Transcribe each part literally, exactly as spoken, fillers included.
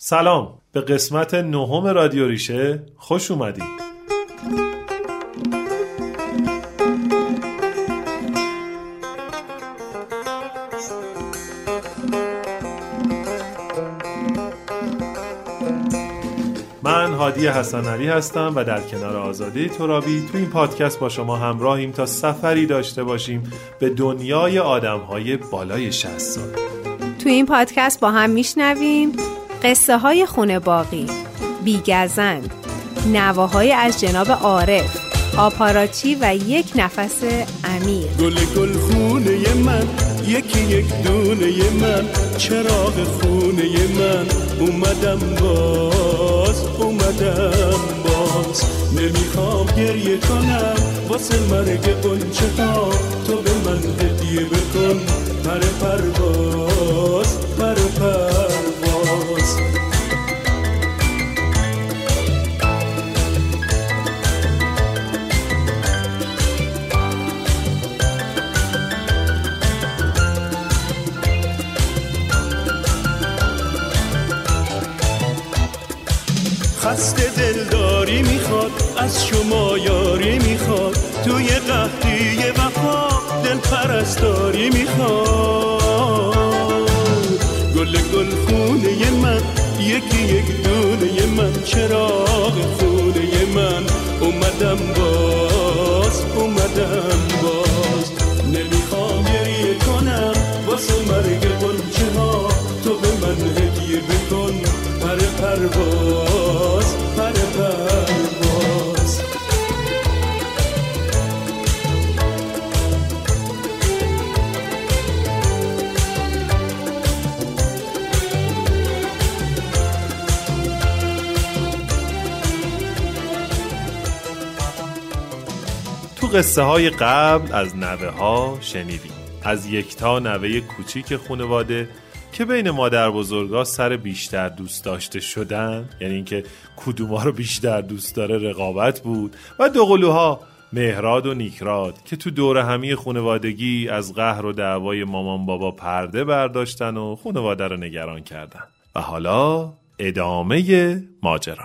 سلام، به قسمت نهم رادیو ریشه خوش اومدید. من هادی حسن علی هستم و در کنار آزاده ترابی تو این پادکست با شما همراهیم تا سفری داشته باشیم به دنیای آدم‌های بالای شصت سال. تو این پادکست با هم میشنویم قصه های خونه باقی، بیگزند، نواهای از جناب عارف، آپاراچی و یک نفس عمیق. گل گل خونه من، یکی یک دونه من، چراغ خونه من، اومدم باز اومدم باز. نمیخوام گریه کنم واسه مرگ غنچه ها، تو به من هدیه بکن پر پرواز پر پرواز. خسته دلداری میخواد، از شما یاری میخواد، توی قحطی وفا دل پرستاری میخواد. گل گل خونه من، یکی یک دونه من، چراغ خونه من، اومدم باز اومدم باز. نمیخوام گریه کنم واسه مرگ غنچه ها، تو به من هدیه بکن پر پرواز پر پرواز. تو قصه های قبل از نوه ها شنیدیم، از یکتا نوه کوچیک خانواده که بین مادر بزرگا سر بیشتر دوست داشته شدن، یعنی اینکه کدوما رو بیشتر دوست داره، رقابت بود، و دوقلوها مهراد و نیکراد که تو دور همی خانوادگی از قهر و دعوای مامان بابا پرده برداشتن و خانواده رو نگران کردن. و حالا ادامه ماجرا.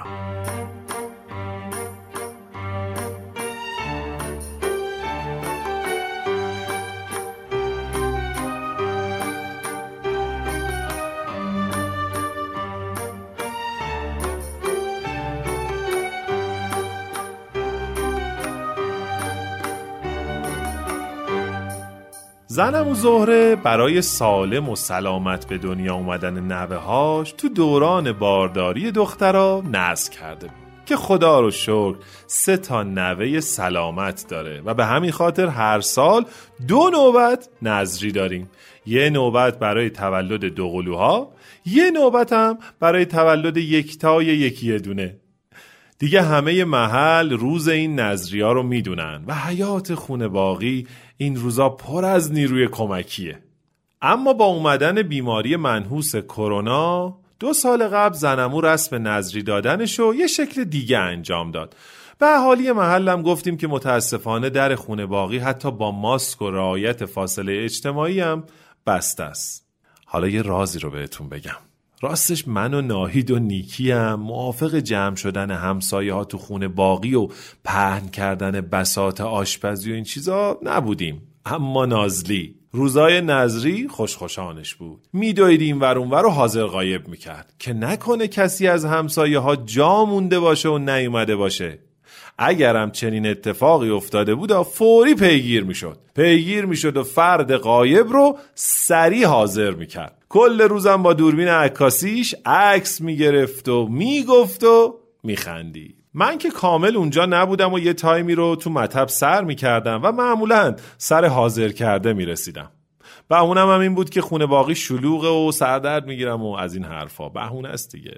زنم و زهره برای سالم و سلامت به دنیا اومدن نوه‌هاش تو دوران بارداری دخترها نذر کرده بود که خدا رو شکر سه تا نوه سلامت داره و به همین خاطر هر سال دو نوبت نذری داریم. یه نوبت برای تولد دوقلوها، یه نوبت هم برای تولد یکتای یکی دونه. دیگه همه محل روز این نذری‌ها رو میدونن و حیات خونه باقی این روزا پر از نیروی کمکیه. اما با اومدن بیماری منحوس کرونا دو سال قبل زنمو رسم نذری دادنشو یه شکل دیگه انجام داد. به اهالی محلم گفتیم که متاسفانه در خونه باقی حتی با ماسک و رعایت فاصله اجتماعی هم بسته است. حالا یه رازی رو بهتون بگم. راستش من و ناهید و نیکی هم موافق جمع شدن همسایه ها تو خونه باقی و پهن کردن بساط آشپزی و این چیزا نبودیم، اما نازلی روزای نذری خوشخوشانش بود. میدوید این ور اون ور رو حاضر غایب میکرد که نکنه کسی از همسایه ها جا مونده باشه و نیومده باشه. اگرم چنین اتفاقی افتاده بود فوری پیگیر میشد پیگیر میشد و فرد غایب رو سریع حاضر میکرد. کل روزم با دوربین عکاسیش عکس میگرفت و میگفت و میخندید. من که کامل اونجا نبودم و یه تایمی رو تو مطب سر میکردم و معمولاً سر حاضر کرده میرسیدم. بهونم هم این بود که خونه باقی شلوغه و سردرد میگیرم و از این حرفا. بهونه است دیگه.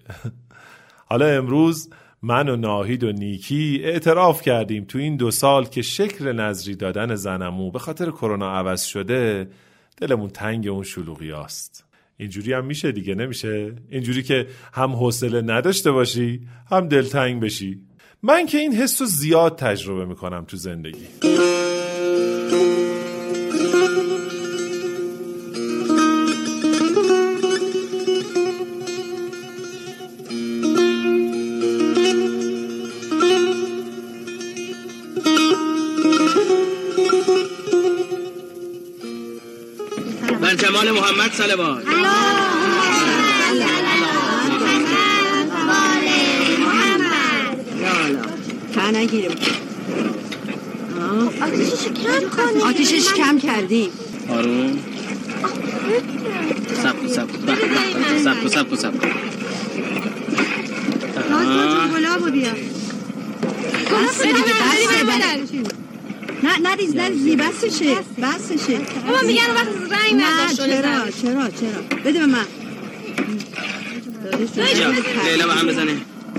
حالا امروز من و ناهید و نیکی اعتراف کردیم تو این دو سال که شکل نذری دادن زنمو به خاطر کرونا عوض شده، دلمون تنگ اون شلوغی هاست. اینجوری هم میشه دیگه، نمیشه؟ اینجوری که هم حوصله نداشته باشی هم دلتنگ بشی. من که این حس رو زیاد تجربه میکنم تو زندگی. آل محمد صلوات. تا نگیرم. آتیشش کم کنی. آتیشش کم کردی. آروم. سب سب سب سب سب. لازم گلابو بیا. بس دیگه بس. نه نریز نریزی بسشه بسشه. بابا میگن وقت رنگ نداشت. چرا چرا چرا بده به من. لیلا به هم بزنه.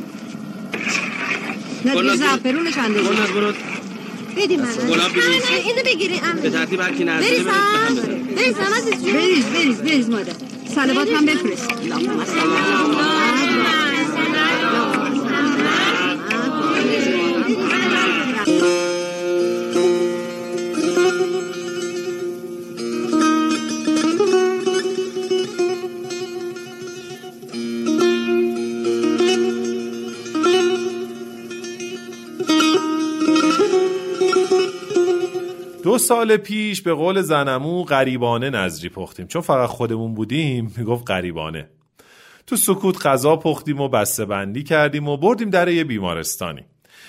نه دیگه زعفرونش اندازه. گلناز برو. بدی من. گلاب بریز. اینو بگیری. به ترتیب هر کی نزدیک بریز به هم بزنه. بریز عزیز جون. بریز بریز بریز مادر. صلوات هم بفرست. اللهم صل علی محمد. دو سال پیش به قول زنمو غریبانه نظری پختیم، چون فقط خودمون بودیم میگفت غریبانه. تو سکوت غذا پختیم و بسته بندی کردیم و بردیم در یه بیمارستانی.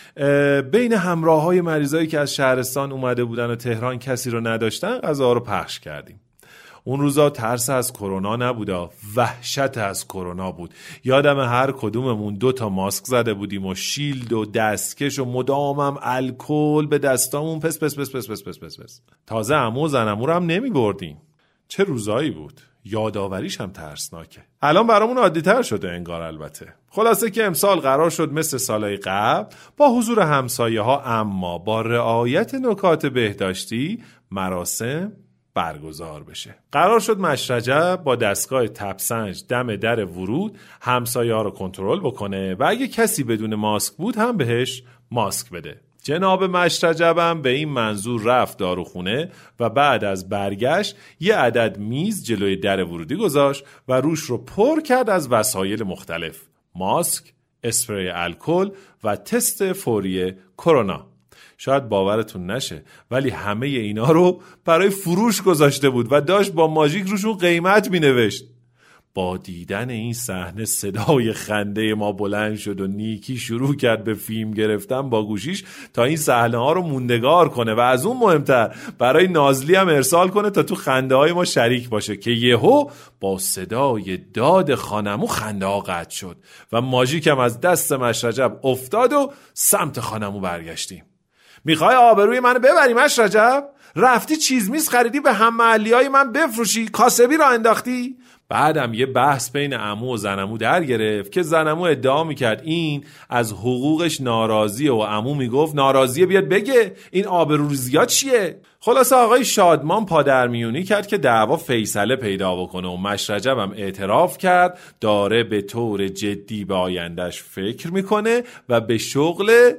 بین همراه های مریضایی که از شهرستان اومده بودن و تهران کسی رو نداشتن غذا رو پخش کردیم. اون روزا ترس از کرونا نبودا، وحشت از کرونا بود. یادم هر کدوممون دو تا ماسک زده بودیم و شیلد و دستکش و مدامم الکل به دستامون پس پس پس پس پس پس پس پس. تازه عمو و زنمو رو هم نمی بردیم. چه روزایی بود. یاداوریش هم ترسناکه. الان برامون عادی تر شده انگار. البته خلاصه که امسال قرار شد مثل سالهای قبل با حضور همسایه ها اما با رعایت نکات بهداشتی مراسم برگزار بشه. قرار شد مشرجب با دستگاه تبسنج دم در ورود همسایه ها رو کنترل بکنه و اگه کسی بدون ماسک بود هم بهش ماسک بده. جناب مشرجبم به این منظور رفت داروخونه و بعد از برگشت یه عدد میز جلوی در ورودی گذاشت و روش رو پر کرد از وسایل مختلف: ماسک، اسپری الکل و تست فوری کرونا. شاید باورتون نشه ولی همه اینا رو برای فروش گذاشته بود و داشت با ماژیک روشون قیمت می نوشت. با دیدن این صحنه صدای خنده ما بلند شد و نیکی شروع کرد به فیلم گرفتن با گوشیش تا این صحنه ها رو موندگار کنه و از اون مهمتر برای نازلی هم ارسال کنه تا تو خنده های ما شریک باشه که یهو با صدای داد خانمو خنده ها قطع شد و ماژیک هم از دست مشرجب افتاد و سمت خانمو برگشتیم. میخوای آبروی منو ببری مشرجب؟ رفتی چیز میز خریدی به هم محلی های من بفروشی؟ کاسبی را انداختی؟ بعدم یه بحث بین عمو و زنمو در گرفت که زنمو ادعا میکرد این از حقوقش ناراضیه و عمو میگفت ناراضیه بیاد بگه این آبروریزی‌ها چیه. خلاصه آقای شادمان پادرمیونی کرد که دعوا فیصله پیدا بکنه و مشرجب هم اعتراف کرد داره به طور جدی به آیندهش فکر میکنه و به شغل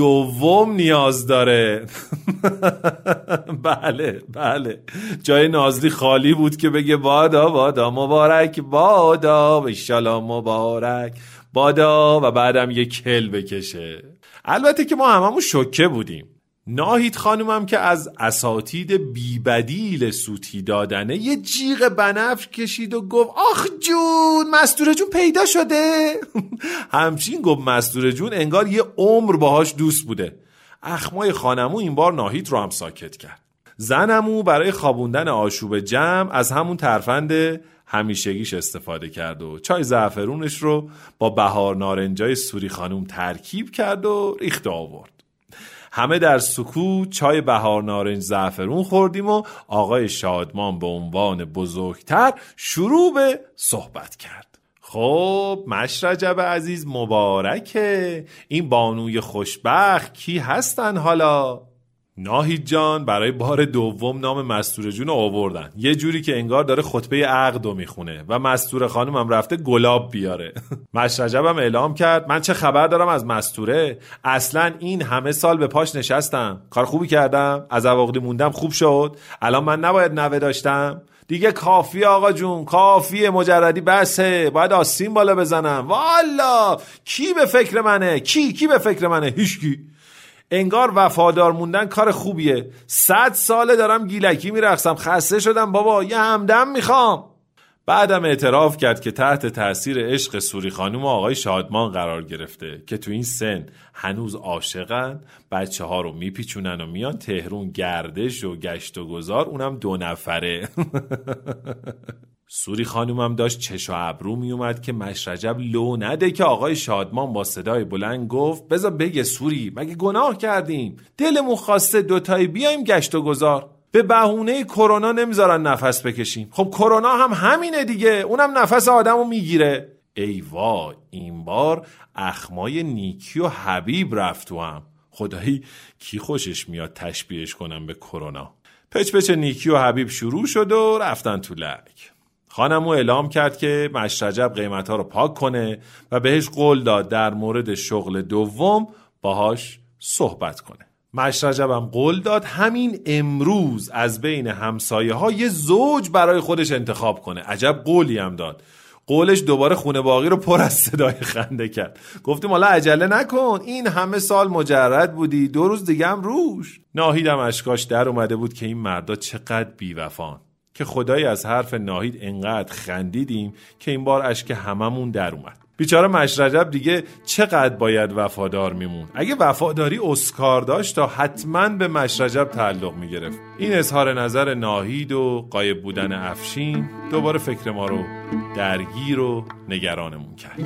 دوم نیاز داره. بله بله جای نازلی خالی بود که بگه بادا بادا مبارک بادا انشالله مبارک بادا و بعدم یه کل بکشه. البته که ما هممون شوکه بودیم. ناهید خانومم که از اساتید بیبدیل سوتی دادنه یه جیغ بنفش کشید و گفت آخ جون مستوره جون پیدا شده. همچین گفت مستوره جون انگار یه عمر باهاش دوست بوده. اخمای خانمو این بار ناهید رو هم ساکت کرد. زنمو برای خوابوندن آشوب جمع از همون ترفند همیشگیش استفاده کرد و چای زعفرونش رو با بهار نارنجای سوری خانوم ترکیب کرد و ریخت آورد. همه در سکوت چای بهار نارنج زعفرون خوردیم و آقای شادمان به عنوان بزرگتر شروع به صحبت کرد. خب مشرجب عزیز مبارکه. این بانوی خوشبخت کی هستن حالا؟ ناهید جان برای بار دوم نام مستوره جون رو آوردن، یه جوری که انگار داره خطبه عقد رو میخونه و مستوره خانم هم رفته گلاب بیاره. مشرجب هم اعلام کرد من چه خبر دارم از مستوره، اصلا این همه سال به پاش نشستم، کار خوبی کردم، از عواقدی موندم خوب شد، الان من نباید نوه داشتم دیگه. کافیه آقا جون کافیه، مجردی بسه، باید آستین بالا بزنم. والا کی به فکر منه؟ کی کی به فکر منه؟ هیچکی. انگار وفادار موندن کار خوبیه. صد ساله دارم گیلکی میرقصم، خسته شدم بابا، یه همدم میخوام. بعدم اعتراف کرد که تحت تاثیر عشق سوری خانم و آقای شادمان قرار گرفته که تو این سن هنوز عاشقن، بچه ها رو میپیچونن و میان تهرون گردش و گشت و گذار، اونم دو نفره. سوری خانومم داشت چش و ابرو می اومد که مشرجب لو نده که آقای شادمان با صدای بلند گفت بذار بگه سوری، مگه گناه کردیم؟ دلمون خواسته دوتایی بیایم گشت و گذار. به بهونه کرونا نمیذارن نفس بکشیم. خب کرونا هم همینه دیگه، اونم نفس آدمو میگیره. ای وای، این بار اخمای نیکی و حبیب رفت تو هم. خدایی کی خوشش میاد تشبیهش کنم به کرونا. پچ پچ نیکی و حبیب شروع شد و رفتن تو لک. خانمو اعلام کرد که مشرجب قیمت‌ها رو پاک کنه و بهش قول داد در مورد شغل دوم باهاش صحبت کنه. مشرجبم قول داد همین امروز از بین همسایه ها یه زوج برای خودش انتخاب کنه. عجب قولی هم داد. قولش دوباره خونه باقی رو پر از صدای خنده کرد. گفتیم حالا عجله نکن، این همه سال مجرد بودی، دو روز دیگه هم روش. ناهیدم اشکاش در اومده بود که این مردا چقدر بی‌وفان، که خدایی از حرف ناهید انقدر خندیدیم که این بار اشک هممون در اومد. بیچاره مشرجب دیگه چقدر باید وفادار میمون؟ اگه وفاداری اسکار داشت تا حتما به مشرجب تعلق میگرفت. این اظهار نظر ناهید و غایب بودن افشین دوباره فکر ما رو درگیر و نگرانمون کرد.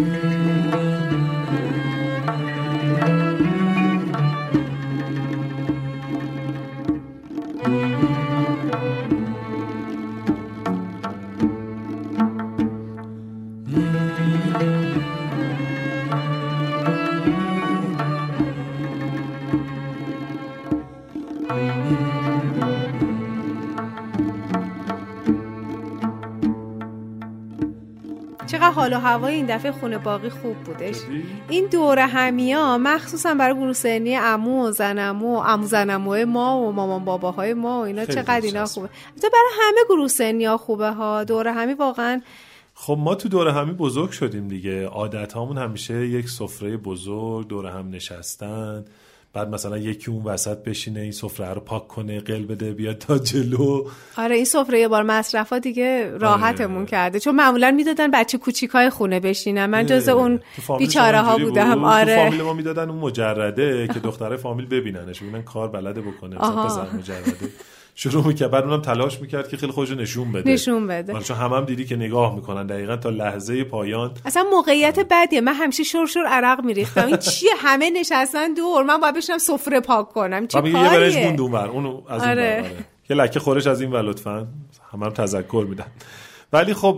چقدر حال و هوای این دفعه خونه باقی خوب بودش. این دوره همیا مخصوصا برای گروه سنی عمو و زنمو، عمو زنموی ما و مامان باباهای ما و اینا چقدر اینا خوبه. البته برای همه گروه سنی ها خوبه ها. دوره همی واقعا خب ما تو دوره همی بزرگ شدیم دیگه. عادت هامون همیشه یک سفره بزرگ دوره هم نشستن، بعد مثلا یکی اون وسط بشینه این سفره رو پاک کنه، قل بده بیاد تا جلو. آره این سفره یه بار مصرفا دیگه راحتمون آره. کرده، چون معمولا میدادن بچه کوچیکای خونه بشینن. من جز اون بیچاره ها بودم. بود. آره تو فامیل ما میدادن اون مجرده که دختره فامیل ببیننش، ببینن کار بلده بکنه، مثلا پسر مجرده شروع میکرد، بعد اونم تلاش میکرد که خیلی خودشو نشون بده نشون بده چون هم هم دیدی که نگاه میکنن دقیقاً تا لحظه پایان. اصلا موقعیت بدیه. من همیشه شور شور عرق میریختم. این چیه همه نشستن دور، من باید بشینم سفره پاک کنم. چه کاریه؟ یه برنج موند اونور، اونو از اون آره. آره. یه لکه خورش از این ور لطفاً، همه هم تذکر میدن. ولی خب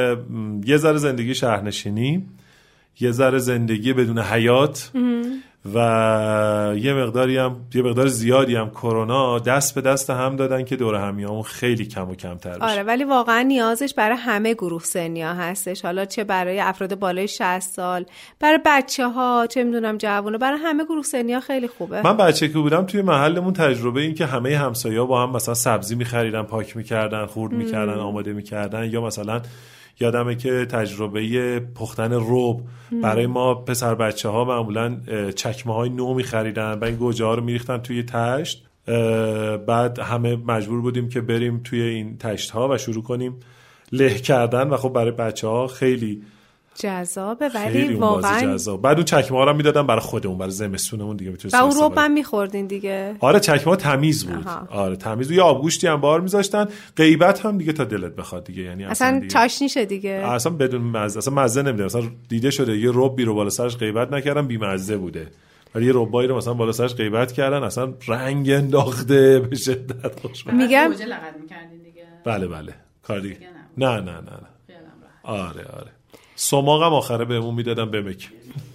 یه ذره زندگی شهرنشینی، یه ذره زندگی بدون حیات و یه مقداری هم یه مقدار زیادی هم کرونا دست به دست هم دادن که دوره همیامون خیلی کم و کمتر بشه. آره ولی واقعا نیازش برای همه گروه سنیا هستش، حالا چه برای افراد بالای شصت سال، برای بچه‌ها، چه میدونم جوونا، برای همه گروه سنیا خیلی خوبه. من بچه که بودم توی محلمون تجربه این که همه همسایه‌ها با هم مثلا سبزی می‌خریدن، پاک می‌کردن، خورد می‌کردن، آماده می‌کردن، یا مثلا یادمه که تجربه پختن رب برای ما پسر بچه ها معمولا چکمه های نو می خریدن، بعد این گوجه ها رو می ریختن توی تشت، بعد همه مجبور بودیم که بریم توی این تشت ها و شروع کنیم له کردن و خب برای بچه ها خیلی جذابه. ولی واقعا جذاب. بعد اون چکمه ها رو میدادن برای خودمون، برای زمستونمون دیگه میتونیم. و اون رب هم میخوردین دیگه؟ آره چکمه ها تمیز بود. آها. آره تمیز بود. یا آبگوشتی هم بار میذاشتن، غیبت هم دیگه تا دلت بخواد دیگه، یعنی اصلا, اصلا چاشنیشه دیگه، اصلا بدون مزه، اصلا مزه نمیده. مثلا دیده شده یه ربی رو بالا سرش غیبت نکردن بی مزه بوده، ولی یه ربایی رو مثلا بالا سرش غیبت کردن اصلا رنگ انداخته به شدت خوش. میگم گوجه لغت می‌کردین دیگه؟ بله بله کار دیگه. نه نه نه نه. آره آره. سماقم آخره بهمون میدادن بمک.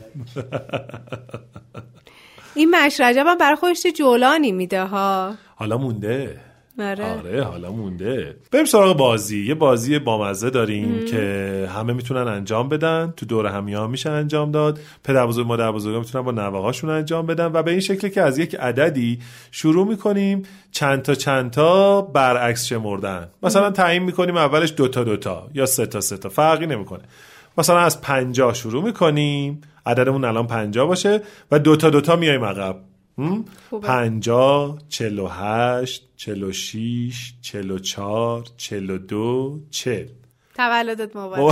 این مشرجب هم برای خودش جولانی میده ها. حالا مونده. آره. آره حالا مونده. بریم سراغ بازی. یه بازی بامزه داریم ام. که همه میتونن انجام بدن، تو دوره همی‌ها میشه انجام داد، پدربزرگ مادربزرگا میتونن با نوه‌هاشون انجام بدن و به این شکلی که از یک عددی شروع میکنیم چند تا چند تا برعکس شمردن. مثلا تعیین میکنیم اولش دو تا دو تا یا سه تا سه تا، فرقی نمیکنه. مثلا از پنجاه شروع میکنیم، عددمون الان پنجاه باشه و دو تا دو تا میایم عقب، پنجاه، چل و هشت، چل و شیش، چل و چار، چل و دو، چل. تولدت مبارک.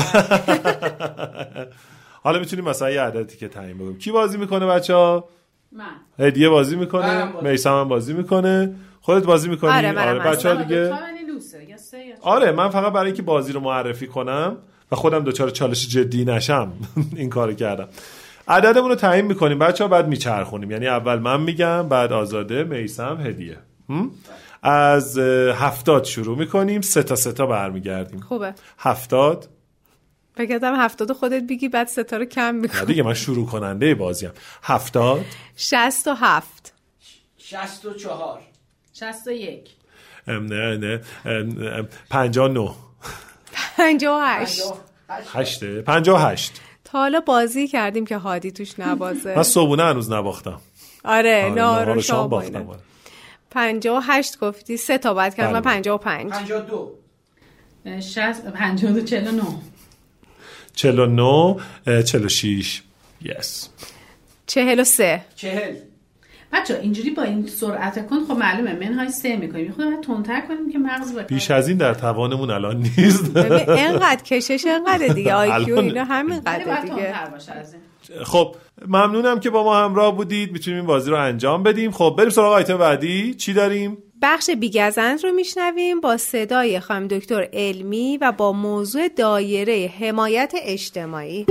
حالا میتونیم مثلا یه عددی که تعیین بکنیم. کی بازی میکنه بچه‌ها؟ من. هدیه بازی میکنه، میثم هم بازی میکنه، خودت بازی میکنی؟ آره, آره بچه‌ها دیگه. آره من فقط برای اینکه بازی رو معرفی کنم و خودم دوچار چالش جدی نشم این کارو کردم. عددمون رو تعیین میکنیم بچه‌ها، بعد میچرخونیم، یعنی اول من میگم، بعد آزاده، میثم، هدیه. از هفتاد شروع میکنیم، سه تا سه تا برمیگردیم. خوبه. هفتاد. بگردم هفتاد خودت بگی، بعد سه تا رو کم میکنم. دیگه من شروع کننده بازیم. هفتاد. شصت و هفت. شصت و چهار. شصت و یک. نه نه پنجاه و نه. پنجاه و هشت. هشته. پنجاه و هشت. تا حالا بازی کردیم که هادی توش نبازه. من صبحونه هنوز نباختم. آره نهار و شام شام باختم. پنجاه و هشت گفتی، سه تا بعد کردم. پنجاه و پنج. پنجاه و دو. شصت. پنجاه و دو. چهل و نه. چهل و نه. چهل و شش. یس. چهل و سه. چهل. بچه اینجوری با این سرعت کن، خب معلومه منهای سه میکنیم، خود باید تندتر کنیم که مغز بکنیم. بیش از این در توانمون الان نیست. ببین اینقدر کشش اینقدر دیگه، آی کیو اینا همین قدر دیگه. خب ممنونم که با ما همراه بودید، میتونیم این بازی رو انجام بدیم. خب بریم سراغ آیتم بعدی. چی داریم؟ بخش بیگزند رو میشنویم با صدای خانم دکتر علمی و با موضوع دایره حمایت اجتماعی.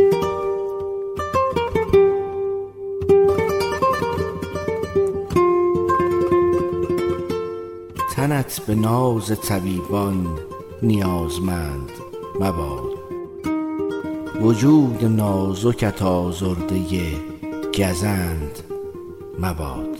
تنت به ناز طبیبان نیازمند مباد، وجود نازکت آزرده گزند مباد.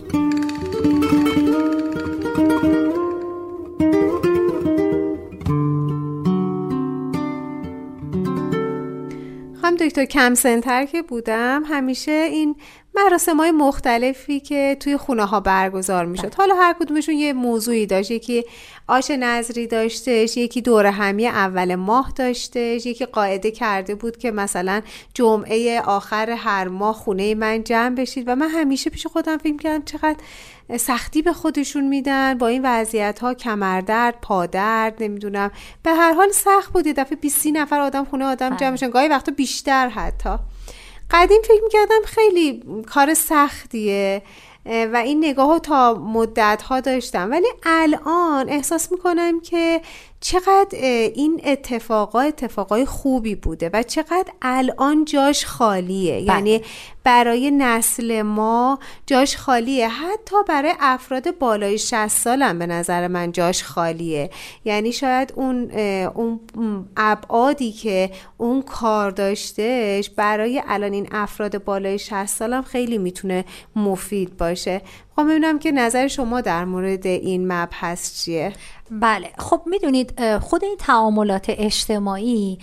خانم دکتر کم سن‌تر که بودم همیشه این مراسم‌های مختلفی که توی خونه ها برگزار میشد، حالا هر کدومشون یه موضوعی داشت، یکی آش نظری داشتش، یکی دوره همی اول ماه داشتش، یکی قاعده کرده بود که مثلا جمعه آخر هر ماه خونه من جمع بشید و من همیشه پیش خودم فکر کردم چقدر سختی به خودشون میدن با این وضعیت ها، کمردرد، پادرد، نمیدونم، به هر حال سخت بود. یه دفعه بیست نفر آدم خونه آدم جمع میشن، گاهی وقتا بیشتر. حتی قدیم فکر میکردم خیلی کار سختیه و این نگاه تا مدت ها داشتم، ولی الان احساس میکنم که چقدر این اتفاقا اتفاقای خوبی بوده و چقدر الان جاش خالیه. بله. یعنی برای نسل ما جاش خالیه، حتی برای افراد بالای شصت سالم به نظر من جاش خالیه. یعنی شاید اون اون ابعادی که اون کار داشتهش برای الان این افراد بالای شصت سالم خیلی میتونه مفید باشه. خب ببینم که نظر شما در مورد این مبحث چیه؟ بله خب میدونید خود این تعاملات اجتماعی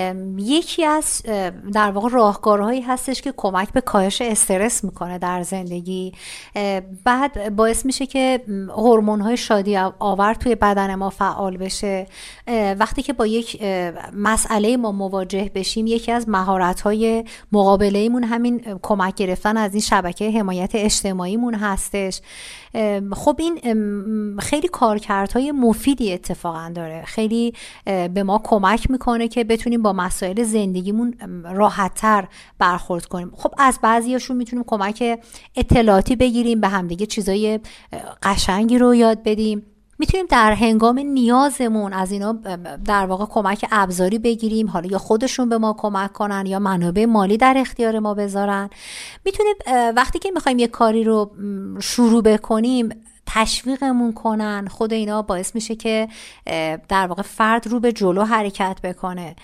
یکی از در واقع راهکارهایی هستش که کمک به کاهش استرس میکنه در زندگی. بعد باعث میشه که هورمون‌های شادی آور توی بدن ما فعال بشه. وقتی که با یک مسئله ما مواجه بشیم، یکی از مهارت‌های مقابله‌ایمون همین کمک گرفتن از این شبکه حمایت اجتماعیمون هستش. خب این خیلی کارکردهای مفیدی اتفاقا داره، خیلی به ما کمک میکنه که بتونیم با مسائل زندگیمون راحت‌تر برخورد کنیم. خب از بعضیاشون میتونیم کمک اطلاعاتی بگیریم، به همدیگه چیزای قشنگی رو یاد بدیم. میتونیم در هنگام نیازمون از اینا در واقع کمک ابزاری بگیریم، حالا یا خودشون به ما کمک کنن یا منابع مالی در اختیار ما بذارن. میتونیم وقتی که میخوایم یه کاری رو شروع بکنیم تشویقمون کنن، خود اینا باعث میشه که در واقع فرد رو به جلو حرکت بکنه.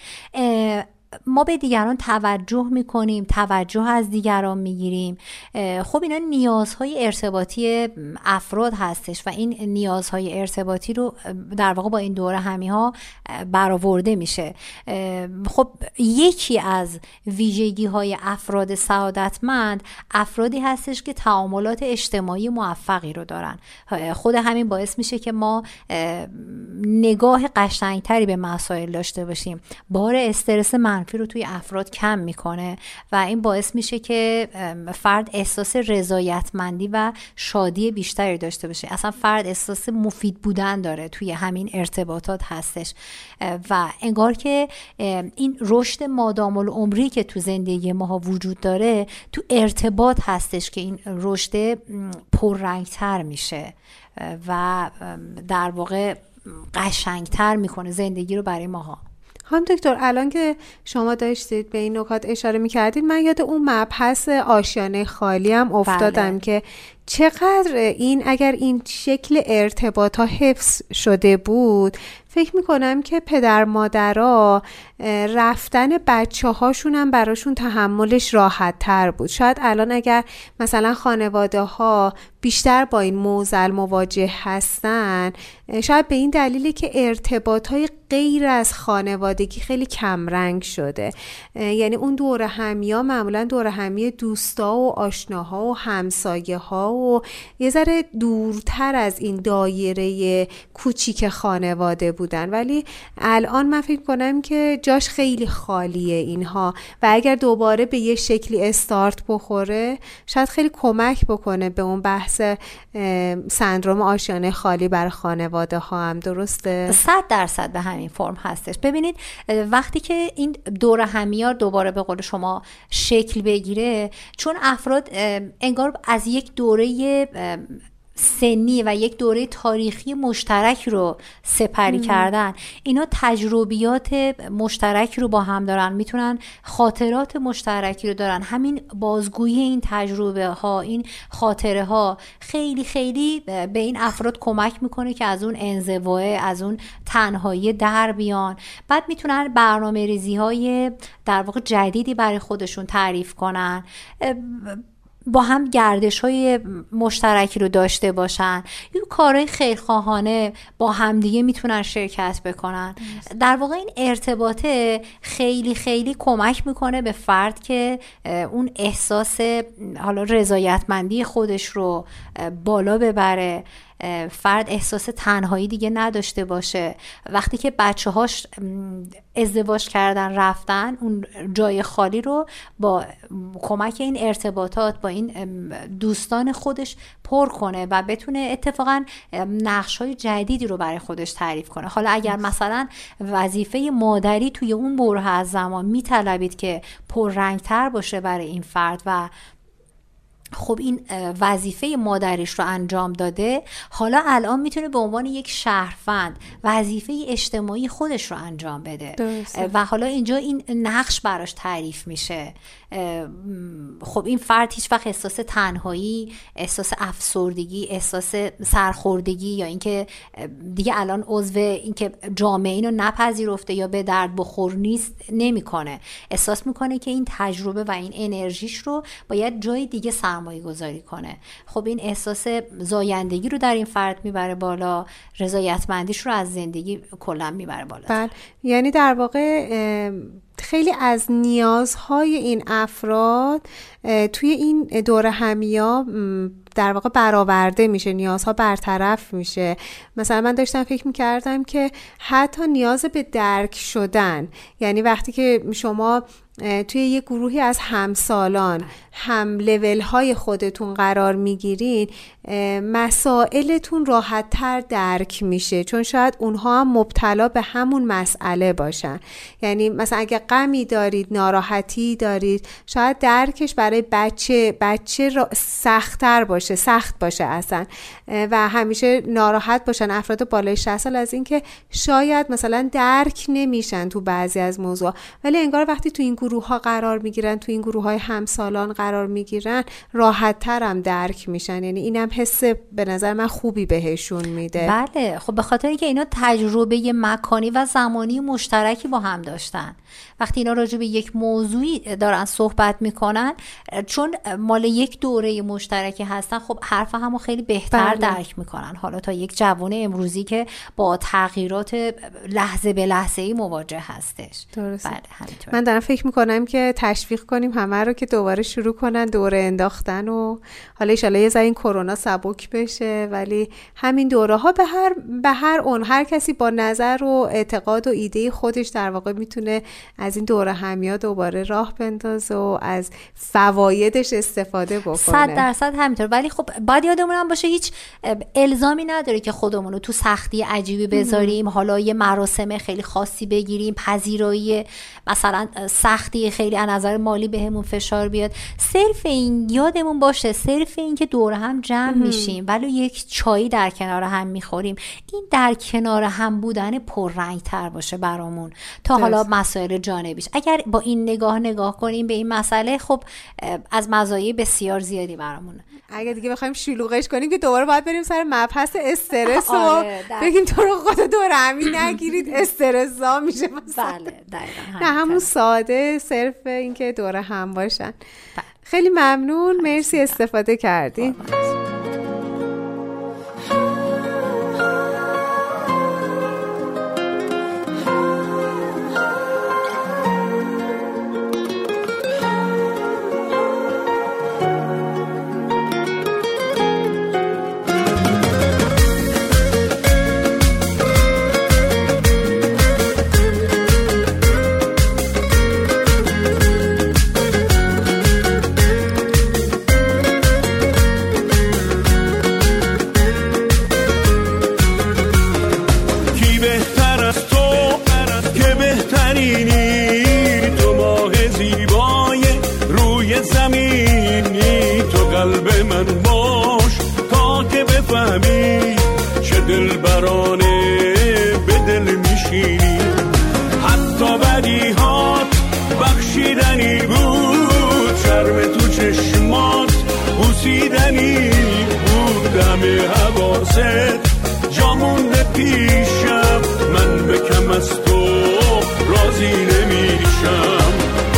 ما به دیگران توجه میکنیم، توجه از دیگران میگیریم. خب اینا نیازهای ارتباطی افراد هستش و این نیازهای ارتباطی رو در واقع با این دوره همی ها برآورده میشه. خب یکی از ویژگی های افراد سعادتمند افرادی هستش که تعاملات اجتماعی موفقی رو دارن. خود همین باعث میشه که ما نگاه قشنگتری به مسائل داشته باشیم، بار استرس من منفی رو توی افراد کم میکنه و این باعث میشه که فرد احساس رضایتمندی و شادی بیشتری داشته باشه. اصلا فرد احساس مفید بودن داره توی همین ارتباطات هستش و انگار که این رشد مادام العمری که تو زندگی ما وجود داره تو ارتباط هستش که این رشد پررنگتر میشه و در واقع قشنگتر میکنه زندگی رو برای ماها. خانم دکتر، الان که شما داشتید به این نکات اشاره میکردید، من یاد اون مبحث آشیانه خالی هم افتادم. بله. که چقدر این اگر این شکل ارتباط ها حفظ شده بود، فکر میکنم که پدر مادرها رفتن بچه هاشون هم براشون تحملش راحت تر بود. شاید الان اگر مثلا خانواده ها بیشتر با این معضل مواجه هستن، شاید به این دلیلی که ارتباط های غیر از خانوادگی خیلی کمرنگ شده. یعنی اون دور همی ها معمولا دور همی دوستا و آشناها و همسایه ها و یه ذره دورتر از این دایره کوچیک خانواده بودن، ولی الان من فکر کنم که جاش خیلی خالیه اینها و اگر دوباره به یه شکلی استارت بخوره شاید خیلی کمک بکنه به اون بحث سندروم آشیانه خالی برای خانواده ها هم. درسته؟ صد درصد به همین فرم هستش. ببینید وقتی که این دور همیار دوباره به قول شما شکل بگیره، چون افراد انگار از یک دوره سنی و یک دوره تاریخی مشترک رو سپری کردن، اینا تجربیات مشترکی رو با هم دارن، میتونن خاطرات مشترکی رو دارن. همین بازگویی این تجربه ها، این خاطره ها خیلی خیلی به این افراد کمک میکنه که از اون انزواه، از اون تنهایی در بیان. بعد میتونن برنامه ریزی های در واقع جدیدی برای خودشون تعریف کنن، با هم گردش های مشترکی رو داشته باشن، یه کارهای خیرخواهانه با همدیگه میتونن شرکت بکنن. در واقع این ارتباطه خیلی خیلی کمک میکنه به فرد که اون احساس حالا رضایتمندی خودش رو بالا ببره، فرد احساس تنهایی دیگه نداشته باشه. وقتی که بچه هاش ازدواج کردن رفتن، اون جای خالی رو با کمک این ارتباطات با این دوستان خودش پر کنه و بتونه اتفاقا نقش‌های جدیدی رو برای خودش تعریف کنه. حالا اگر مثلا وظیفه مادری توی اون بره از زمان میطلبید که پررنگتر باشه برای این فرد و خب این وظیفه مادریش رو انجام داده، حالا الان میتونه به عنوان یک شهروند وظیفه اجتماعی خودش رو انجام بده. درسته. و حالا اینجا این نقش براش تعریف میشه. خب این فرد هیچ وقت احساس تنهایی، احساس افسردگی، احساس سرخوردگی یا اینکه دیگه الان عضو اینکه جامعه اینو نپذیرفته یا به درد بخور نیست نمیکنه. احساس میکنه که این تجربه و این انرژیش رو باید جای دیگه سرمایه گذاری کنه. خب این احساس زایندگی رو در این فرد میبره بالا، رضایتمندیش رو از زندگی کلا میبره بالا. بله، یعنی در واقع خیلی از نیازهای این افراد توی این دوره همیا در واقع برآورده میشه، نیازها برطرف میشه. مثلا من داشتم فکر میکردم که حتی نیاز به درک شدن، یعنی وقتی که شما توی یه گروهی از همسالان هم لول های خودتون قرار میگیرین، مسائلتون راحت تر درک میشه، چون شاید اونها هم مبتلا به همون مسئله باشن. یعنی مثلا اگه غمی دارید، ناراحتی دارید، شاید درکش برای بچه بچه سخت‌تر باشه، سخت باشه اصلا و همیشه ناراحت باشن افراد بالای شصت سال از اینکه شاید مثلا درک نمیشن تو بعضی از موضوع. ولی انگار وقتی تو این گروه ها قرار میگیرن، تو این گروه های همسالان قرار میگیرن، راحت تر هم درک میشن. یعنی اینم حس به نظر من خوبی بهشون میده. بله، خب به خاطر اینکه اینا تجربه مکانی و زمانی مشترکی با هم داشتن. وقتی اینا راجع به یک موضوعی دارن صحبت میکنن، چون مال یک دوره مشترکی هست هستن خب حرف همو خیلی بهتر بله. درک میکنن حالا تا یک جوان امروزی که با تغییرات لحظه به لحظه ای مواجه هستش. درسته. بله همینطور. من دارم فکر میکنم که تشویق کنیم همه رو که دوباره شروع کنن دوره انداختن و حالا ان شاءالله یه ذره این کرونا سبک بشه، ولی همین دوره ها به هر به هر اون هر کسی با نظر و اعتقاد و ایده خودش در واقع میتونه از این دوره همیا دوباره راه بندازه و از فوایدش استفاده بکنه. صد درصد همینطور. ولی خب باید یادمون هم باشه هیچ الزامی نداره که خودمون رو تو سختی عجیبی بذاریم. حالا یه مراسم خیلی خاصی بگیریم، پذیرایی مثلا سختی خیلی از نظر مالی بهمون فشار بیاد. صرف این یادمون باشه، صرف این که دور هم جمع میشیم ولی یک چایی در کنار هم میخوریم، این در کنار هم بودن پررنگ‌تر باشه برامون تا درست. حالا مسائل جانبیش. اگر با این نگاه نگاه کنیم به این مسئله خب از مزایای بسیار زیادی برامونه. اگه دیگه بخوایم شلوغش کنیم که دوباره باید بریم سر مبحث استرس و آره، بگیم تو رو خود دور همین نگیرید استرس‌زا میشه مثلا. بله دقیقاً. نه همون ساده صرف این که دور هم باشن. بله. خیلی ممنون، مرسی استفاده کردین. جامون پیشم من به کم از تو راضی نمیشم.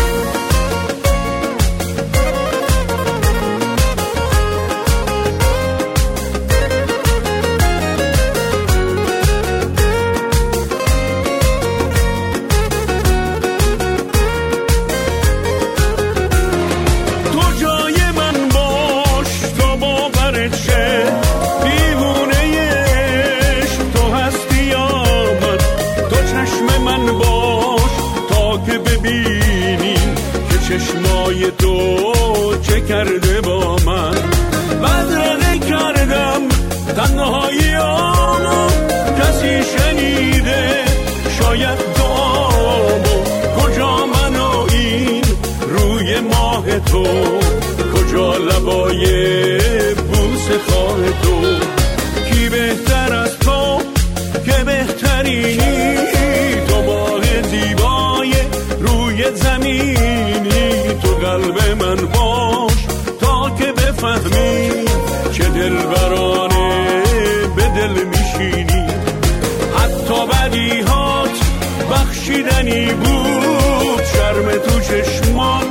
تو جای من باش تا باورت شه، چشمای تو چه کرده با من. بدرقه کردم تنهایی آنو، کسی شنیده شاید دعامو. کجا من و این روی ماه تو، کجا لبای بوسه خواه تو. کی بهتر از تو که بهترینی، تو ماه زیبای روی زمینی. تو قلب من باش تا که بفهمی چه دلبرانه به دل میشینی. حتی بدیهات بخشیدنی بود، شرم تو چشمات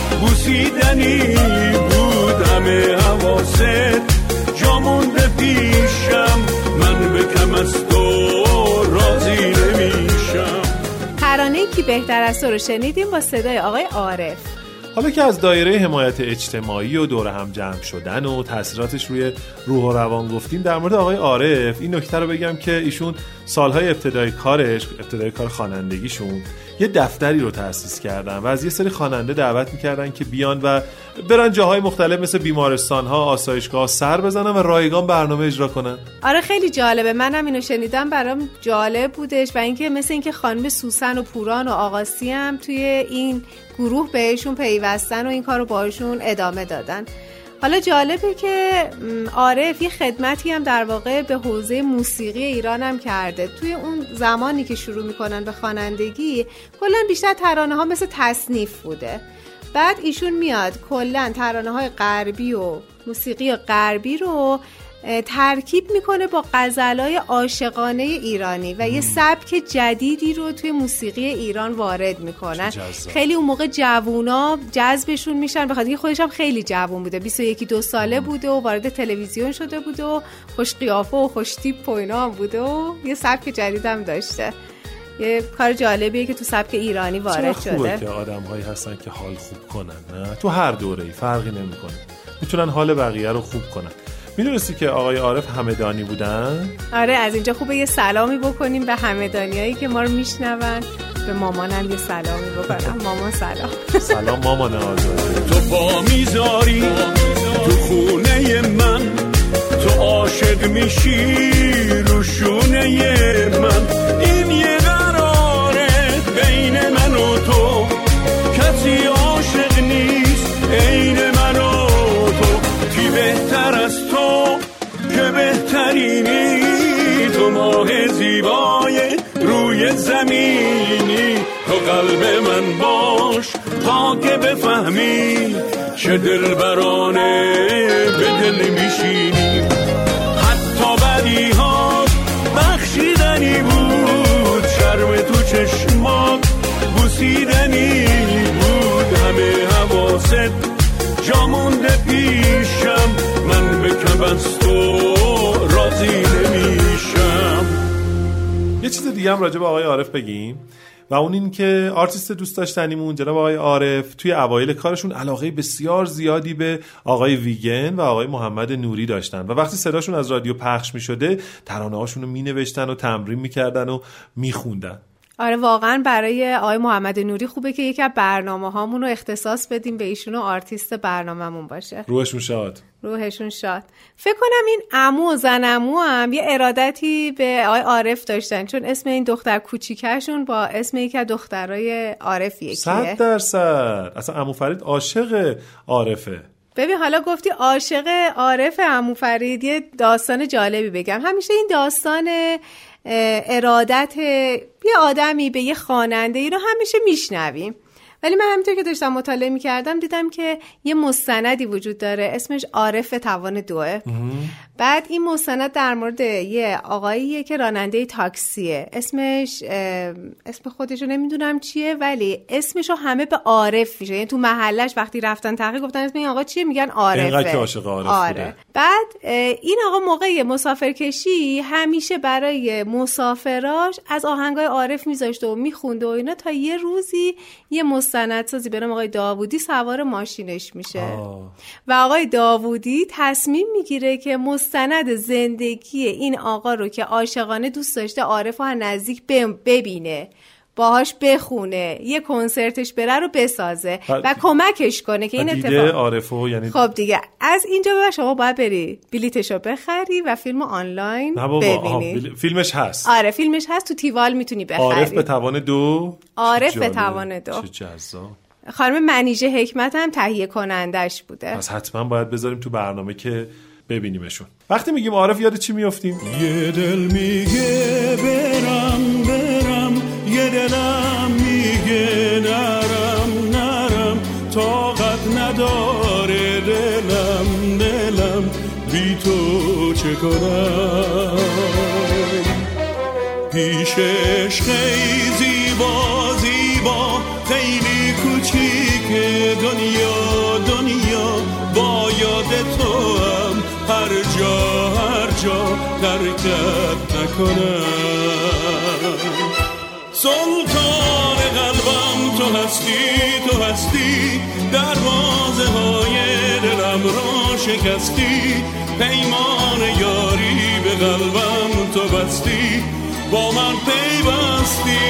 بوسیدنی بود. همه حواست جا مونده پیشم، من به کم از تو راضی نمیشم. ترانه‌ای که بهتر از تو رو شنیدیم با صدای آقای عارف. حالا که از دایره حمایت اجتماعی و دور هم جمع شدن و تاثیراتش روی روح و روان گفتیم، در مورد آقای عارف این نکته رو بگم که ایشون سالهای ابتدای کارش، ابتدای کار خوانندگیشون، یه دفتری رو تأسیس کردن و از یه سری خواننده دعوت می‌کردن که بیان و برن جاهای مختلف مثل بیمارستان‌ها، آسایشگاه سر بزنن و رایگان برنامه اجرا کنن. آره خیلی جالبه، منم اینو شنیدم برام جالب بودش و اینکه مثل اینکه خانم سوسن و پوران و آقاسی هم توی این گروه بهشون پیوستن و این کارو باهاشون ادامه دادن. حالا جالبه که عارف یه خدمتی هم در واقع به حوزه موسیقی ایران هم کرده. توی اون زمانی که شروع میکنن به خوانندگی کلا بیشتر ترانه ها مثل تصنیف بوده، بعد ایشون میاد کلا ترانه های غربی و موسیقی غربی رو ترکیب میکنه با غزلای عاشقانه ایرانی و یه سبک جدیدی رو توی موسیقی ایران وارد میکنن. خیلی اون موقع جوونا جذبشون میشن، بخاطر اینکه خودش هم خیلی جوون بوده، بیست و یک دو ساله بوده و وارد تلویزیون شده بوده و خوش قیافه و خوش تیپ و اینا هم بوده و یه سبک جدید هم داشته. یه کار جالبیه که تو سبک ایرانی وارد شده. خوبه که آدم‌هایی هستن که حال خوب کنن، نه تو هر دوره‌ای فرقی نمی‌کنه، میتونن حال بقیه رو خوب کنن. میدونستی که آقای عارف همدانی بودن؟ آره، از اینجا خوبه یه سلامی بکنیم به همدانیایی که ما رو میشنون. به مامانم یه سلامی بکنم. مامان سلام. سلام مامان آزاده. تو پا میذاری تو خونه من، تو عاشق میشی رو شونه من، این یه قراره بین من و تو، کسی عاشق نیست عین من و تو، کی بهتر از تو که بهترینی، تو ماه زیبای روی زمینی، تو قلب من باش تا که بفهمی چه دلبرانه به دل میشینی، حتی بدی ها بخشیدنی بود، شرم تو چشمات بوسیدنی بود، همه حواست جا مونده پیشم، من به کم از تو راضی نمیشم. یه چیز دیگه هم راجع به آقای عارف بگیم و اون این که آرتیست دوست داشتنیمون جناب آقای عارف توی اوایل کارشون علاقه بسیار زیادی به آقای ویگن و آقای محمد نوری داشتن و وقتی صداشون از رادیو پخش می شده ترانه هاشون رو می نوشتن و تمرین می کردن و می خوندن. آره واقعا برای آقای محمد نوری خوبه که یکی از برنامه هامون رو اختصاص بدیم به ایشون و آرتیست برنامه‌مون باشه. روحشون شاد. روحشون شاد. فکر کنم این عمو و زن عمو هم یه ارادتی به آقای عارف داشتن، چون اسم این دختر کوچیکشون با اسم یکی از دخترای عارف یکیه. صد درصد. اصلا عمو فرید عاشق عارفه. ببین حالا گفتی عاشق عارف عمو فرید، یه داستان جالبی بگم. همیشه این داستان ارادت یه آدمی به یه خواننده ای رو همیشه میشنویم، ولی من همینطور که داشتم مطالعه میکردم دیدم که یه مستندی وجود داره اسمش عارف توان دوه. بعد این مستند در مورد یه آقاییه که راننده تاکسیه، اسمش اسم خودشو نمیدونم چیه ولی اسمشو همه به عارف میشه، یعنی تو محلش وقتی رفتن تحقیق گفتن اسم این آقا چیه، میگن عارفه. اینقدر که عاشق عارف آره. بوده. بعد این آقا موقع مسافرکشی همیشه برای مسافراش از آهنگای عارف میذاشته و میخونده و اینا، تا یه روزی یه مستندسازی به نام آقای داوودی سوار ماشینش میشه آه. و آقای داوودی تصمیم میگیره که مستند زندگی این آقا رو که عاشقانه دوست داشته عارف رو نزدیک ببینه، باهاش بخونه، یه کنسرتش بره رو بسازه و, و کمکش کنه که این اتفاق عارفو یعنی خب دیگه از اینجا به شما باید بری بلیتشو بخری و فیلم آنلاین ببینی. بل... فیلمش هست. آره فیلمش هست، تو تیوال میتونی بخری. عارف به توان دو. عارف به توان دو. چه جذاب. خانم منیژه حکمت هم تهیه کنندش بوده. پس حتما باید بذاریم تو برنامه که ببینیمشون. وقتی میگیم عارف یاد چی میافتیم؟ یه دل میگه برم برم، یه دلم میگه نرم نرم، طاقت نداره دلم دلم بی تو چه کنم، پیشش خیلی زیبا زیبا خیلی کوچیک دنیا دنیا، با یاد تو هم هر جا هر جا ترکت نکنم، سلطان قلبم تو هستی تو هستی، دروازه های دلم را شکستی، پیمان یاری به قلبم تو بستی، با من پیوستی،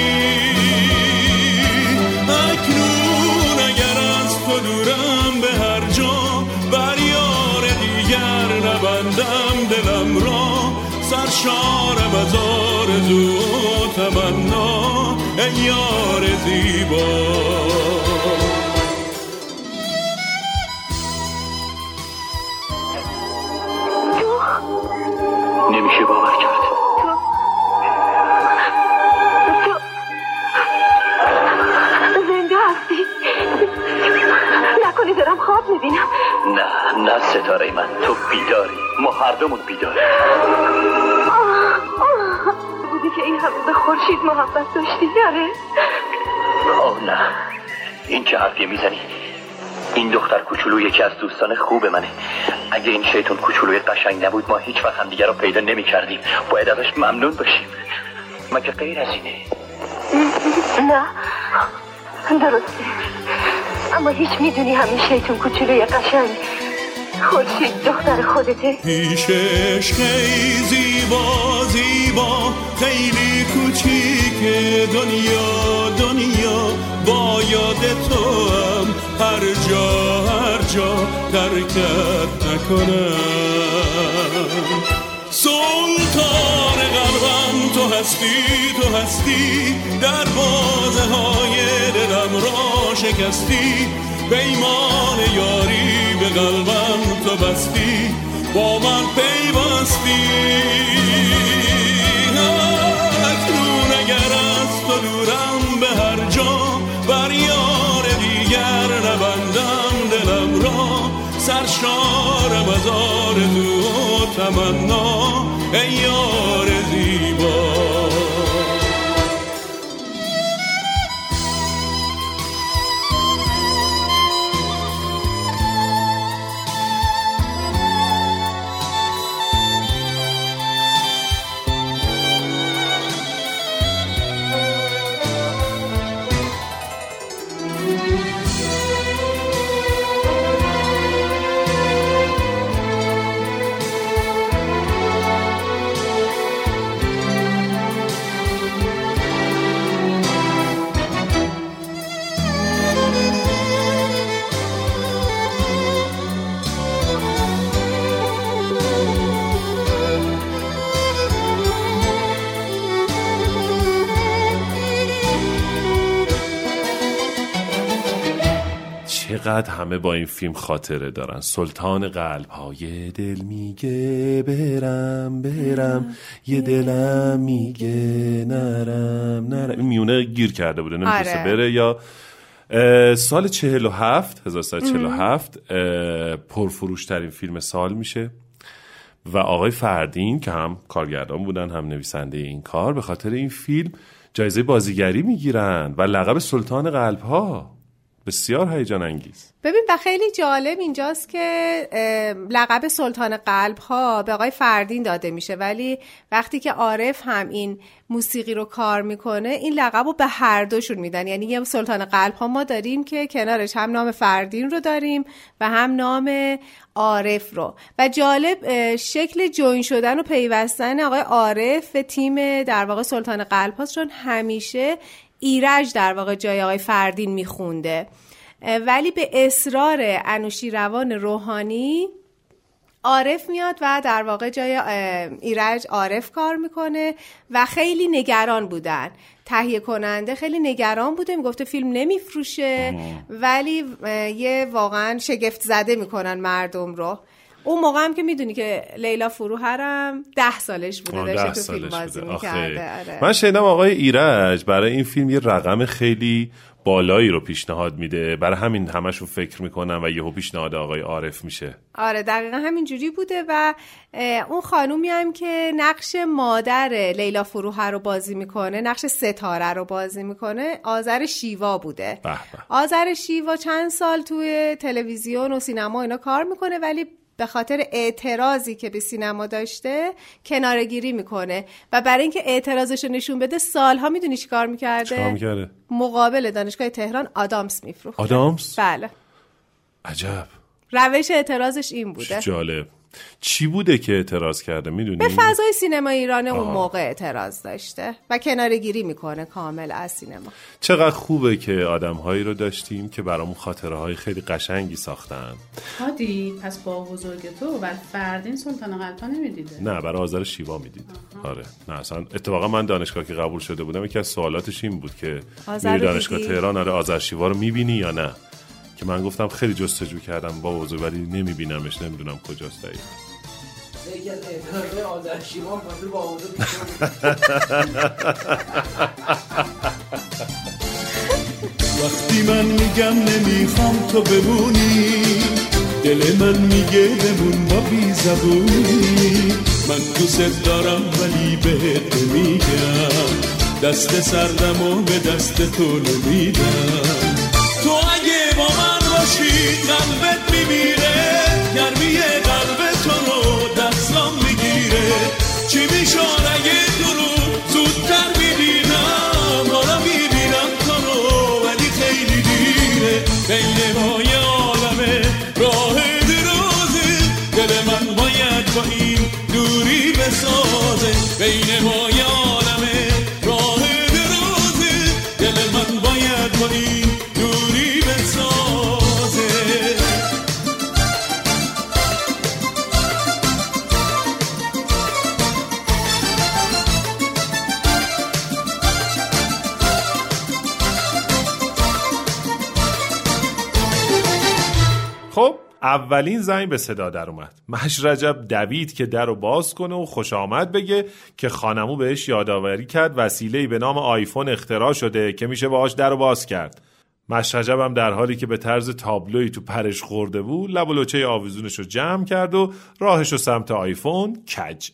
اکنون اگر از تو دورم به هر جا، بر یار دیگر نبندم دلم را، سرشارم از آرزو و تمنا ای یار زیبا. نمیشه باور کرد. تو زنده هستی؟ نکنی دارم خواب میبینم. نه نه ستاره من، تو بیداری، ما هر دومون بیداری. بودی که این همه به خورشید محبت داشتی داره؟ آه نه، این چه حرفیه میزنی؟ این دختر کوچولو یکی از دوستان خوب منه. اگه این شیطون کوچولوی قشنگ نبود ما هیچ وقت هم دیگر رو پیدا نمی کردیم. باید ازش ممنون باشیم. مگه غیر از اینه؟ نه درسته، اما هیچ میدونی همین شیطون کوچولوی قشنگ خورشید دختر خودته؟ پیشش خیلی زیبا زیبا، خیلی کوچیکه دنیا دنیا، با یاد تو هم هر جا هر جا ترکت نکنم. سلطان قلبم تو هستی تو هستی، در بازه های دلم را شکستی، پیمان یاری به قلبم تو بستی، با من پیوستی. اکنون اگر از تو دورم به هر جا، بر یار دیگر نبندم دلم را، سرشارم از آرزو و تمنا ای یار زیبا. چقدر همه با این فیلم خاطره دارن. سلطان قلب ها، یه دل میگه برم برم، یه دلم میگه نرم نرم. این میونه گیر کرده بوده نمیتونسته آره. بره. یا سال چهل و هفت هزار و سیصد و چهل و هفت پرفروشترین فیلم سال میشه و آقای فردین که هم کارگردان بودن هم نویسنده این کار به خاطر این فیلم جایزه بازیگری میگیرن و لقب سلطان قلب ها. بسیار هیجان انگیز. ببین و خیلی جالب اینجاست که لقب سلطان قلب ها به آقای فردین داده میشه، ولی وقتی که عارف هم این موسیقی رو کار میکنه این لقب رو به هر دوشون میدن. یعنی یه سلطان قلب ها ما داریم که کنارش هم نام فردین رو داریم و هم نام عارف رو. و جالب شکل جوین شدن و پیوستن آقای عارف به تیم در واقع سلطان قلب هاست، چون همیشه ایرج در واقع جای آقای فردین میخونده، ولی به اصرار انوشیروان روحانی عارف میاد و در واقع جای ایرج عارف کار میکنه و خیلی نگران بودن. تهیه کننده خیلی نگران بوده، میگفته فیلم نمیفروشه، ولی یه واقعا شگفت زده میکنن مردم رو. اون موقع هم که میدونی که لیلا فروهرم ده سالش بوده داشته تو فیلم بازی میکرده. آره. من شنیدم آقای ایرج برای این فیلم یه رقم خیلی بالایی رو پیشنهاد میده، برای همین همشون فکر میکنن و یهو پیشنهاد آقای عارف میشه. آره دقیقا همین جوری بوده و اون خانومی هم که نقش مادر لیلا فروهر رو بازی میکنه، نقش ستاره رو بازی میکنه، آذر شیوا بوده. بح بح. آذر شیوا چند سال توی تلویزیون و سینما اینا کار میکنه، ولی به خاطر اعتراضی که به سینما داشته کناره‌گیری میکنه و برای اینکه اعتراضش رو نشون بده سالها میدونی چی کار میکرده؟ چی کار میکرده؟ مقابل دانشگاه تهران آدامس میفروخت. آدامس؟ بله. عجب. روش اعتراضش این بوده. جالب. چی بوده که اعتراض کرده میدونی؟ به فضای سینما ایران اون موقع اعتراض داشته و کناره‌گیری میکنه کامل از سینما. چقدر خوبه که آدم‌هایی رو داشتیم که برامون خاطره‌های خیلی قشنگی ساختن. هادی پس با بزرگ تو و فردین سلطان قلب ها نمیدیده؟ نه برای آذر شیوا میدید. آره نه اصلا اتفاقا من دانشگاه که قبول شده بودم یکی از سوالاتش این بود که میری دانشگاه تهران آره آذر شیوا رو میبینی یا نه، که من گفتم خیلی جستجو کردم با وضو ولی نمیبینمش، نمیدونم کجاست دقیقا. یکی از اعتراضهای آذر شیوا خاطر با وضو وقتی من میگم نمیخوام تو بمونی، دل من میگه بمون با بی زبونی، من دوست دارم ولی بهت نمیگم، دست سردم و به دست تو نمیدم. تو اگه با من باشی قلبت میمیره، گرمی قلب تو رو دستم میگیره. چی میشون اگه تو رو زودتر میبینم، حالا میبینم تو رو ولی خیلی دیره. بین ما یه عالمه راه درازه، دل من باید با این دوری بسازه. بین ما یه عالمه راه درازه، دل من باید با این دوری بسازه. خب اولین زنگ به صدا در اومد. مشرجب دوید که در رو باز کنه و خوش آمد بگه که خانمو بهش یادآوری کرد وسیله‌ای به نام آیفون اختراع شده که میشه باهاش در رو باز کرد. مشرجب هم در حالی که به طرز تابلویی تو پرش خورده بود لب و لوچه آویزونش رو جمع کرد و راهش رو سمت آیفون کج.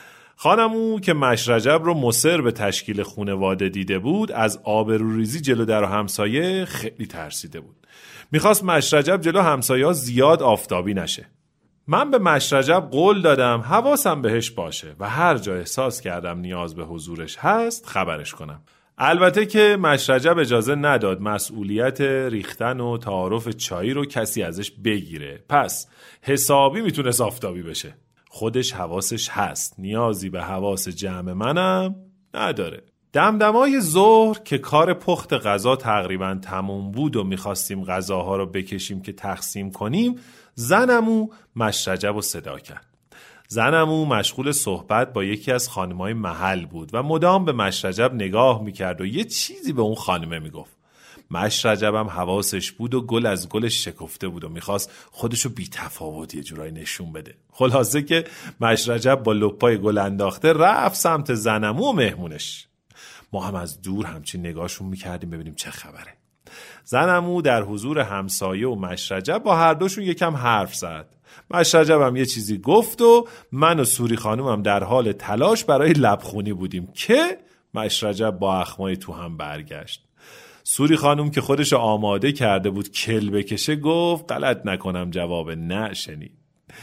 خانمو که مشرجب رو مصر به تشکیل خونواده دیده بود از آبروریزی جلو در و همسایه خیلی ترسیده بود. میخواست مشرجب جلو همسایه زیاد آفتابی نشه. من به مشرجب قول دادم حواسم بهش باشه و هر جا احساس کردم نیاز به حضورش هست خبرش کنم. البته که مشرجب اجازه نداد مسئولیت ریختن و تعارف چایی رو کسی ازش بگیره، پس حسابی میتونست آفتابی بشه. خودش حواسش هست، نیازی به حواس جمع منم نداره. دمدمای ظهر که کار پخت غذا تقریبا تموم بود و میخواستیم غذاها رو بکشیم که تقسیم کنیم، زنمو مشرجب رو صدا کرد. زنمو مشغول صحبت با یکی از خانمای محل بود و مدام به مشرجب نگاه میکرد و یه چیزی به اون خانمه میگفت. مشرجب هم حواسش بود و گل از گلش شکفته بود و میخواست خودشو بی تفاوت یه جورایی نشون بده. خلاصه که مشرجب با لپای گل انداخته رفت سمت زنمو و مهمونش. ما هم از دور همچین نگاهشون میکردیم ببینیم چه خبره. زنمو در حضور همسایه و مشرجب با هر دوشون یکم حرف زد. مشرجب هم یه چیزی گفت و من و سوری خانوم هم در حال تلاش برای لبخونی بودیم که مشرجب با اخمای تو هم برگشت. سوری خانوم که خودش آماده کرده بود کل بکشه گفت غلط نکنم جواب نه شنید.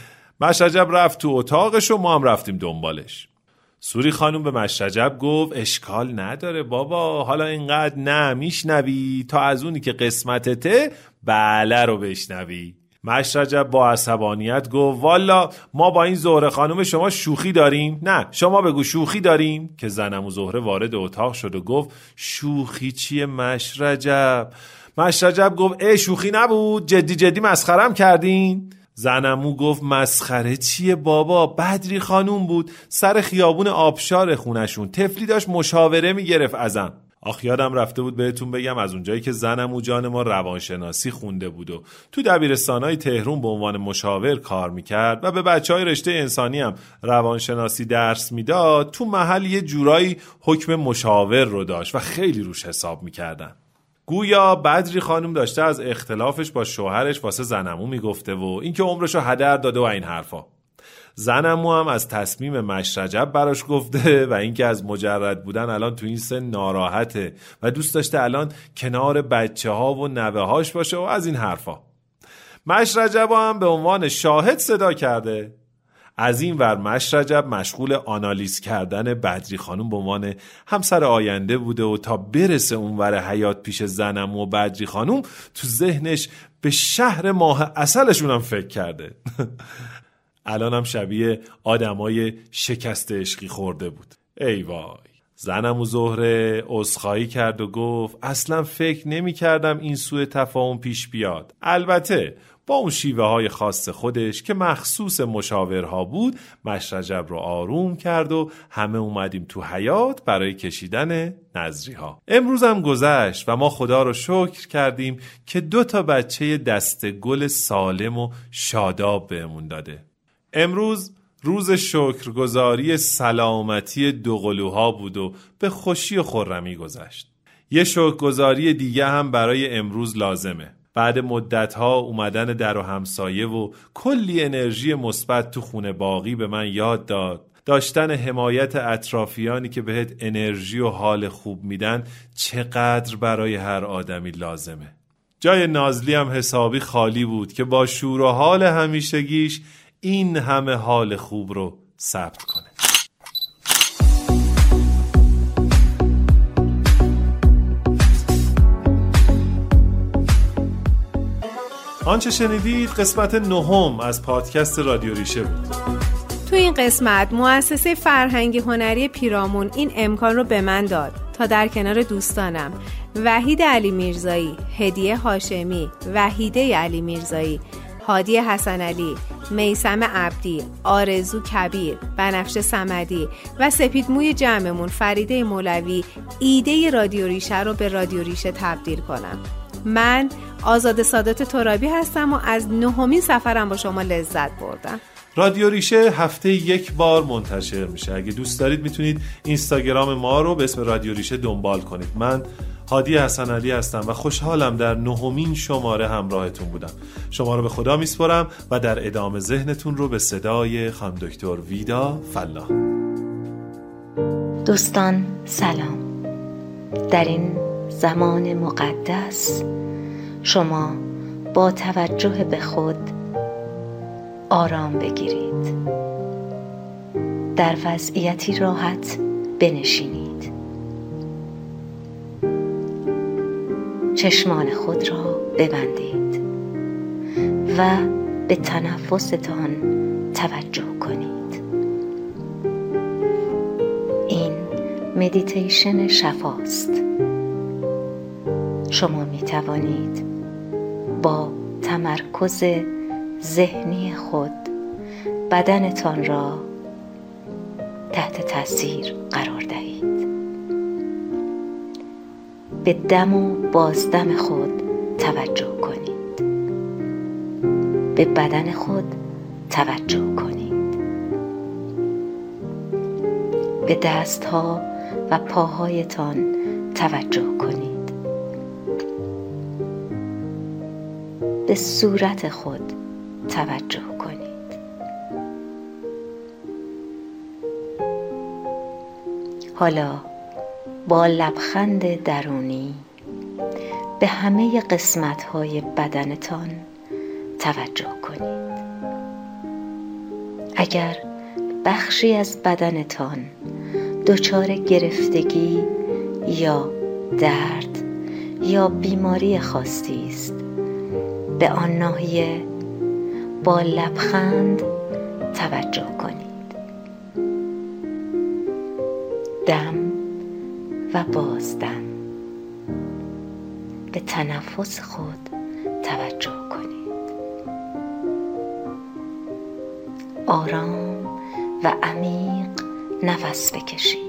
مشرجب رفت تو اتاقش و ما هم رفتیم دنبالش. سوری خانوم به مشرجب گفت اشکال نداره بابا، حالا اینقدر نه میشنوی تا از اونی که قسمتته بله رو بشنوی. مشرجب با عصبانیت گفت والا ما با این زهره خانوم شما شوخی داریم؟ نه شما بگو شوخی داریم؟ که زنم و زهره وارد اتاق شد و گفت شوخی چیه مشرجب؟ مشرجب گفت ای شوخی نبود، جدی جدی مسخرم کردین؟ زنمو گفت مسخره چیه بابا، بدری خانوم بود سر خیابون آبشار خونشون، طفلی داشت مشاوره میگرفت ازم. آخ یادم رفته بود بهتون بگم از اونجایی که زنمو جان ما روانشناسی خونده بود و تو دبیرستانای تهران به عنوان مشاور کار میکرد و به بچهای رشته انسانی هم روانشناسی درس میداد، تو محل یه جورایی حکم مشاور رو داشت و خیلی روش حساب میکردن. گویا بدری خانم داشته از اختلافش با شوهرش واسه زنمو میگفته و اینکه عمرشو هدر داده و این حرفا. زنمو هم از تصمیم مشرجب براش گفته و اینکه از مجرد بودن الان تو این سن ناراحته و دوست داشته الان کنار بچه ها و نوه هاش باشه و از این حرفا. مشرجب هم به عنوان شاهد صدا کرده. از این ور مشرجب مشغول آنالیز کردن بدری خانم به عنوان همسر آینده بوده و تا برسه اونور حیات پیش زنمو و بدری خانم تو ذهنش به شهر ماه عسلشون هم فکر کرده. الان هم شبیه آدمای شکست عشقی خورده بود. ای وای. زنم و زهره عذرخواهی کرد و گفت اصلا فکر نمی کردم این سوء تفاهم پیش بیاد. البته با اون شیوه های خاص خودش که مخصوص مشاورها بود مشرجب رو آروم کرد و همه اومدیم تو حیاط برای کشیدن نظری ها. امروز هم گذشت و ما خدا رو شکر کردیم که دو تا بچه دست گل سالم و شاداب بهمون داده. امروز روز شکرگزاری سلامتی دوقلوها بود و به خوشی و خرمی گذشت. یه شکرگزاری دیگه هم برای امروز لازمه. بعد مدت‌ها اومدن در و همسایه و کلی انرژی مثبت تو خونه باقی به من یاد داد داشتن حمایت اطرافیانی که بهت انرژی و حال خوب میدن چقدر برای هر آدمی لازمه. جای نازلی هم حسابی خالی بود که با شور و حال همیشگیش این همه حال خوب رو ثبت کنه. آنچه شنیدید قسمت نهم از پادکست رادیو ریشه بود. تو این قسمت مؤسسه فرهنگی هنری پیرامون این امکان رو به من داد تا در کنار دوستانم وحید علی میرزایی، هدیه هاشمی، وحیده علی میرزایی، هادی حسن علی، میثم عبدی، آرزو کبیر، بنفشه صمدی و سپیدموی جمعمون فریده مولوی ایده رادیو ریشه رو به رادیو ریشه تبدیل کنم. من آزاده سادات ترابی هستم و از نهمین سفرم با شما لذت بردم. رادیو ریشه هفته یک بار منتشر میشه. اگه دوست دارید میتونید اینستاگرام ما رو به اسم رادیو ریشه دنبال کنید. من هادی حسن علی هستم و خوشحالم در نهمین شماره همراهتون بودم. شما رو به خدا میسپارم و در ادامه ذهنتون رو به صدای خانم دکتر ویدا فلاح. دوستان سلام. در این زمان مقدس شما با توجه به خود آرام بگیرید. در وضعیتی راحت بنشینید. چشمان خود را ببندید و به تنفستان توجه کنید. این مدیتیشن شفاست. شما می توانید با تمرکز ذهنی خود بدنتان را تحت تاثیر قرار دهید. به دم و بازدم خود توجه کنید. به بدن خود توجه کنید. به دستها و پاهایتان توجه کنید. به صورت خود توجه کنید. حالا با لبخند درونی به همه قسمت‌های بدنتان توجه کنید. اگر بخشی از بدنتان دچار گرفتگی یا درد یا بیماری خاصی است، به آن ناحیه با لبخند توجه کنید. دم و بازدم. به تنفس خود توجه کنید. آرام و عمیق نفس بکشید.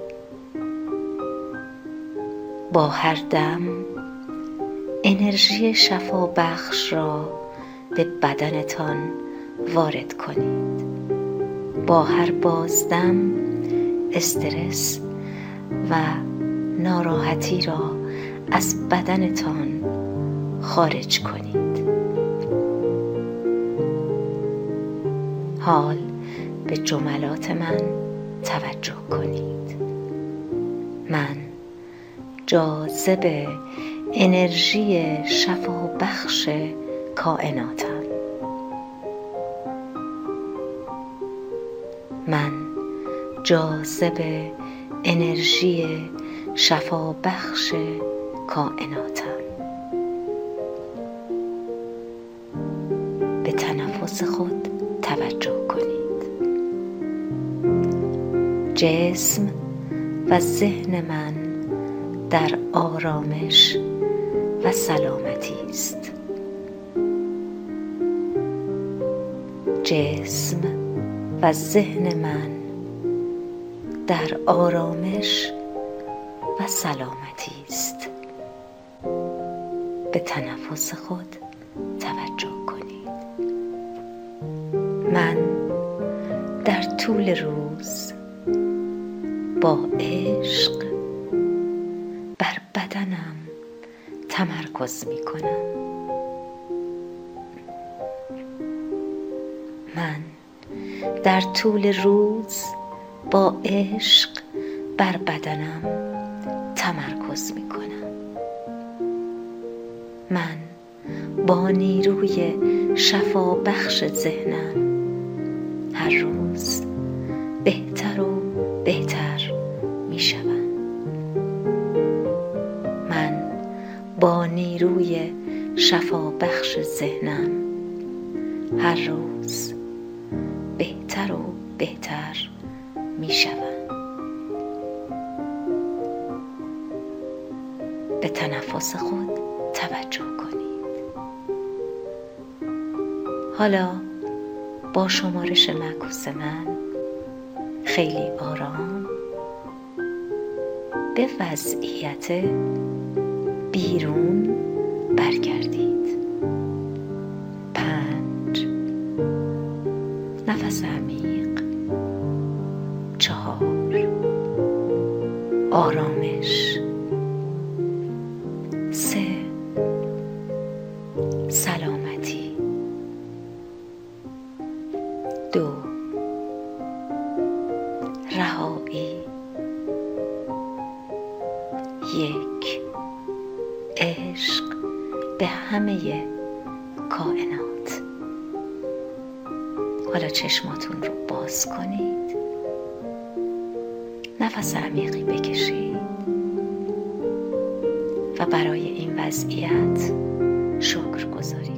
با هر دم انرژی شفا بخش را به بدنتان وارد کنید. با هر بازدم استرس و ناراحتی را از بدنتان خارج کنید. حال به جملات من توجه کنید. من جاذب انرژی شفا بخش کائناتم. من جاذب انرژی شفا بخش کائناتم. به تنفس خود توجه کنید. جسم و ذهن من در آرامش و سلامتی است. جسم و ذهن من در آرامش و سلامتی است. به تنفس خود توجه کنید. من در طول روز با عشق بر بدنم تمرکز می کنم. من در طول روز با عشق بر بدنم تمرکز می کنم. من با نیروی شفا بخش ذهنم هر روز بهتر و بهتر می شوم. من با نیروی شفا بخش ذهنم هر روز بهتر و بهتر می شوم. به تنفس خود توجه کنید. حالا با شمارش معکوس من خیلی آرام به وضعیت بیرون برگردید. پنج، نفس عمیق. چهار، آرامش. سه، سلامتی. دو، رهایی. یک، عشق به همه کائنات. حالا چشماتون رو باز کنید، نفس عمیقی بکشید و برای این وضعیت شکر گذارید.